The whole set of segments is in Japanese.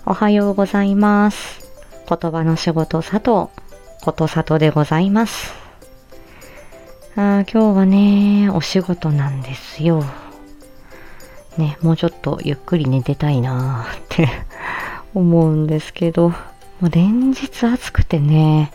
おはようございます。言葉の仕事佐藤、ことさとでございます。今日はね、お仕事なんですよ。ね、もうちょっとゆっくり寝てたいなーって思うんですけど、もう連日暑くてね、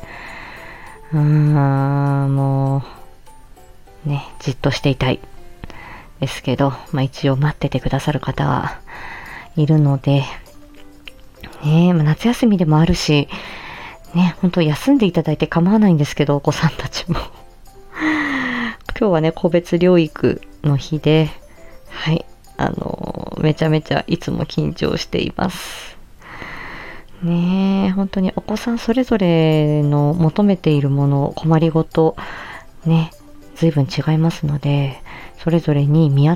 もう、ね、じっとしていたいですけど、一応待っててくださる方はいるので、ね、夏休みでもあるし、ね、本当休んでいただいて構わないんですけど、お子さんたちも。今日はね、個別療育の日で、はい、めちゃめちゃいつも緊張しています。ねえ、本当にお子さんそれぞれの求めているもの、困りごと、ね、随分違いますので、それぞれに見合った、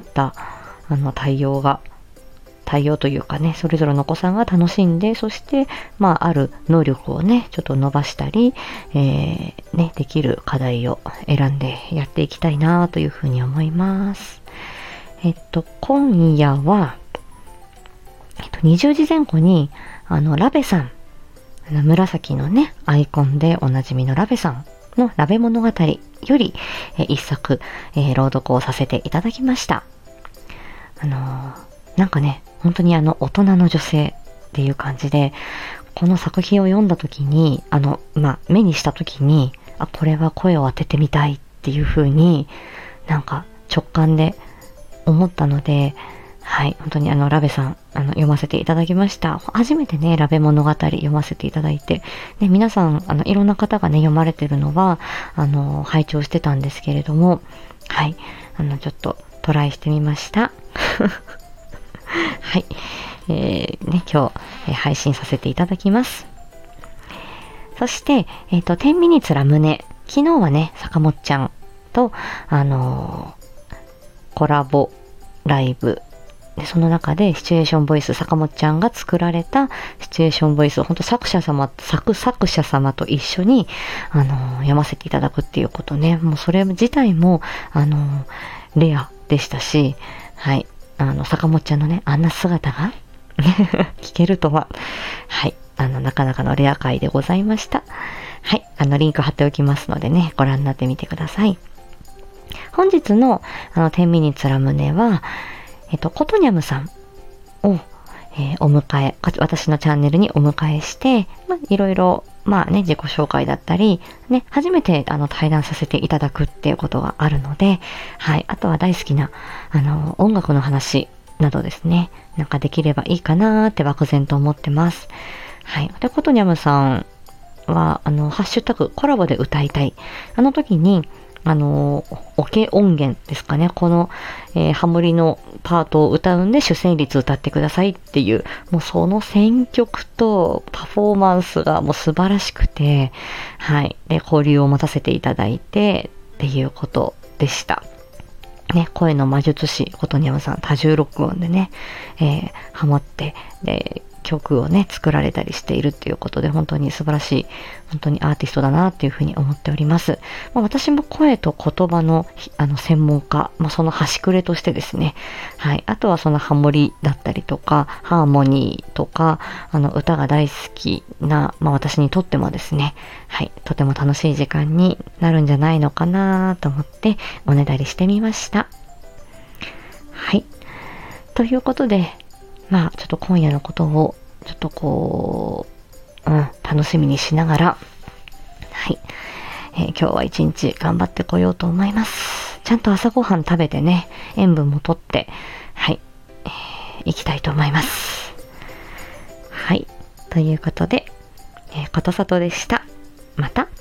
対応というかね、それぞれのお子さんが楽しんで、そして、ある能力をね、ちょっと伸ばしたり、ね、できる課題を選んでやっていきたいなというふうに思います。今夜は、20時前後に、ラベさん、紫のね、アイコンでおなじみのラベさんのラベ物語より、一作、朗読をさせていただきました。なんかね、本当に大人の女性っていう感じで、この作品を読んだ時に、目にした時に、これは声を当ててみたいっていう風になんか直感で思ったので、はい、本当にラベさん、読ませていただきました。初めてね、ラベ物語読ませていただいて、ね、皆さん、いろんな方がね、読まれてるのは、拝聴してたんですけれども、はい、ちょっとトライしてみました。はい、今日、配信させていただきます。そして、10ミニッツラムネ。昨日はね、坂本ちゃんと、コラボライブ。でその中でシチュエーションボイス、坂本ちゃんが作られたシチュエーションボイスを本当作者様と一緒に、読ませていただくっていうことね。もうそれ自体も、レアでしたし、はい。坂本ちゃんのね、あんな姿が聞けるとは、はい。なかなかのレア回でございました。はい。リンク貼っておきますのでね、ご覧になってみてください。本日の、10ミニッツラムネは、コトニャムさんを、お迎え、私のチャンネルにお迎えして、いろいろ、自己紹介だったり、ね、初めて、対談させていただくっていうことがあるので、はい。あとは大好きな、音楽の話などですね、なんかできればいいかなーって漠然と思ってます。はい。で、コトニャムさんは、ハッシュタグコラボで歌いたい。時に、オケ音源ですかね。この、ハモリのパートを歌うんで主旋律歌ってくださいっていう、もうその選曲とパフォーマンスがもう素晴らしくて、はい。で、交流を持たせていただいてっていうことでした。ね、声の魔術師、ことにゃむさん、多重録音でね、ハモって、で、曲をね、作られたりしているっていうことで、本当に素晴らしい、本当にアーティストだなっていうふうに思っております。私も声と言葉の、専門家、その端くれとしてですね、はい。あとはそのハモリだったりとか、ハーモニーとか、歌が大好きな、私にとってもですね、はい。とても楽しい時間になるんじゃないのかなと思って、おねだりしてみました。はい。ということで、ちょっと今夜のことを、ちょっと楽しみにしながら、はい。今日は一日頑張ってこようと思います。ちゃんと朝ごはん食べてね、塩分もとって、はい、行きたいと思います。はい。ということで、ことさとでした。また。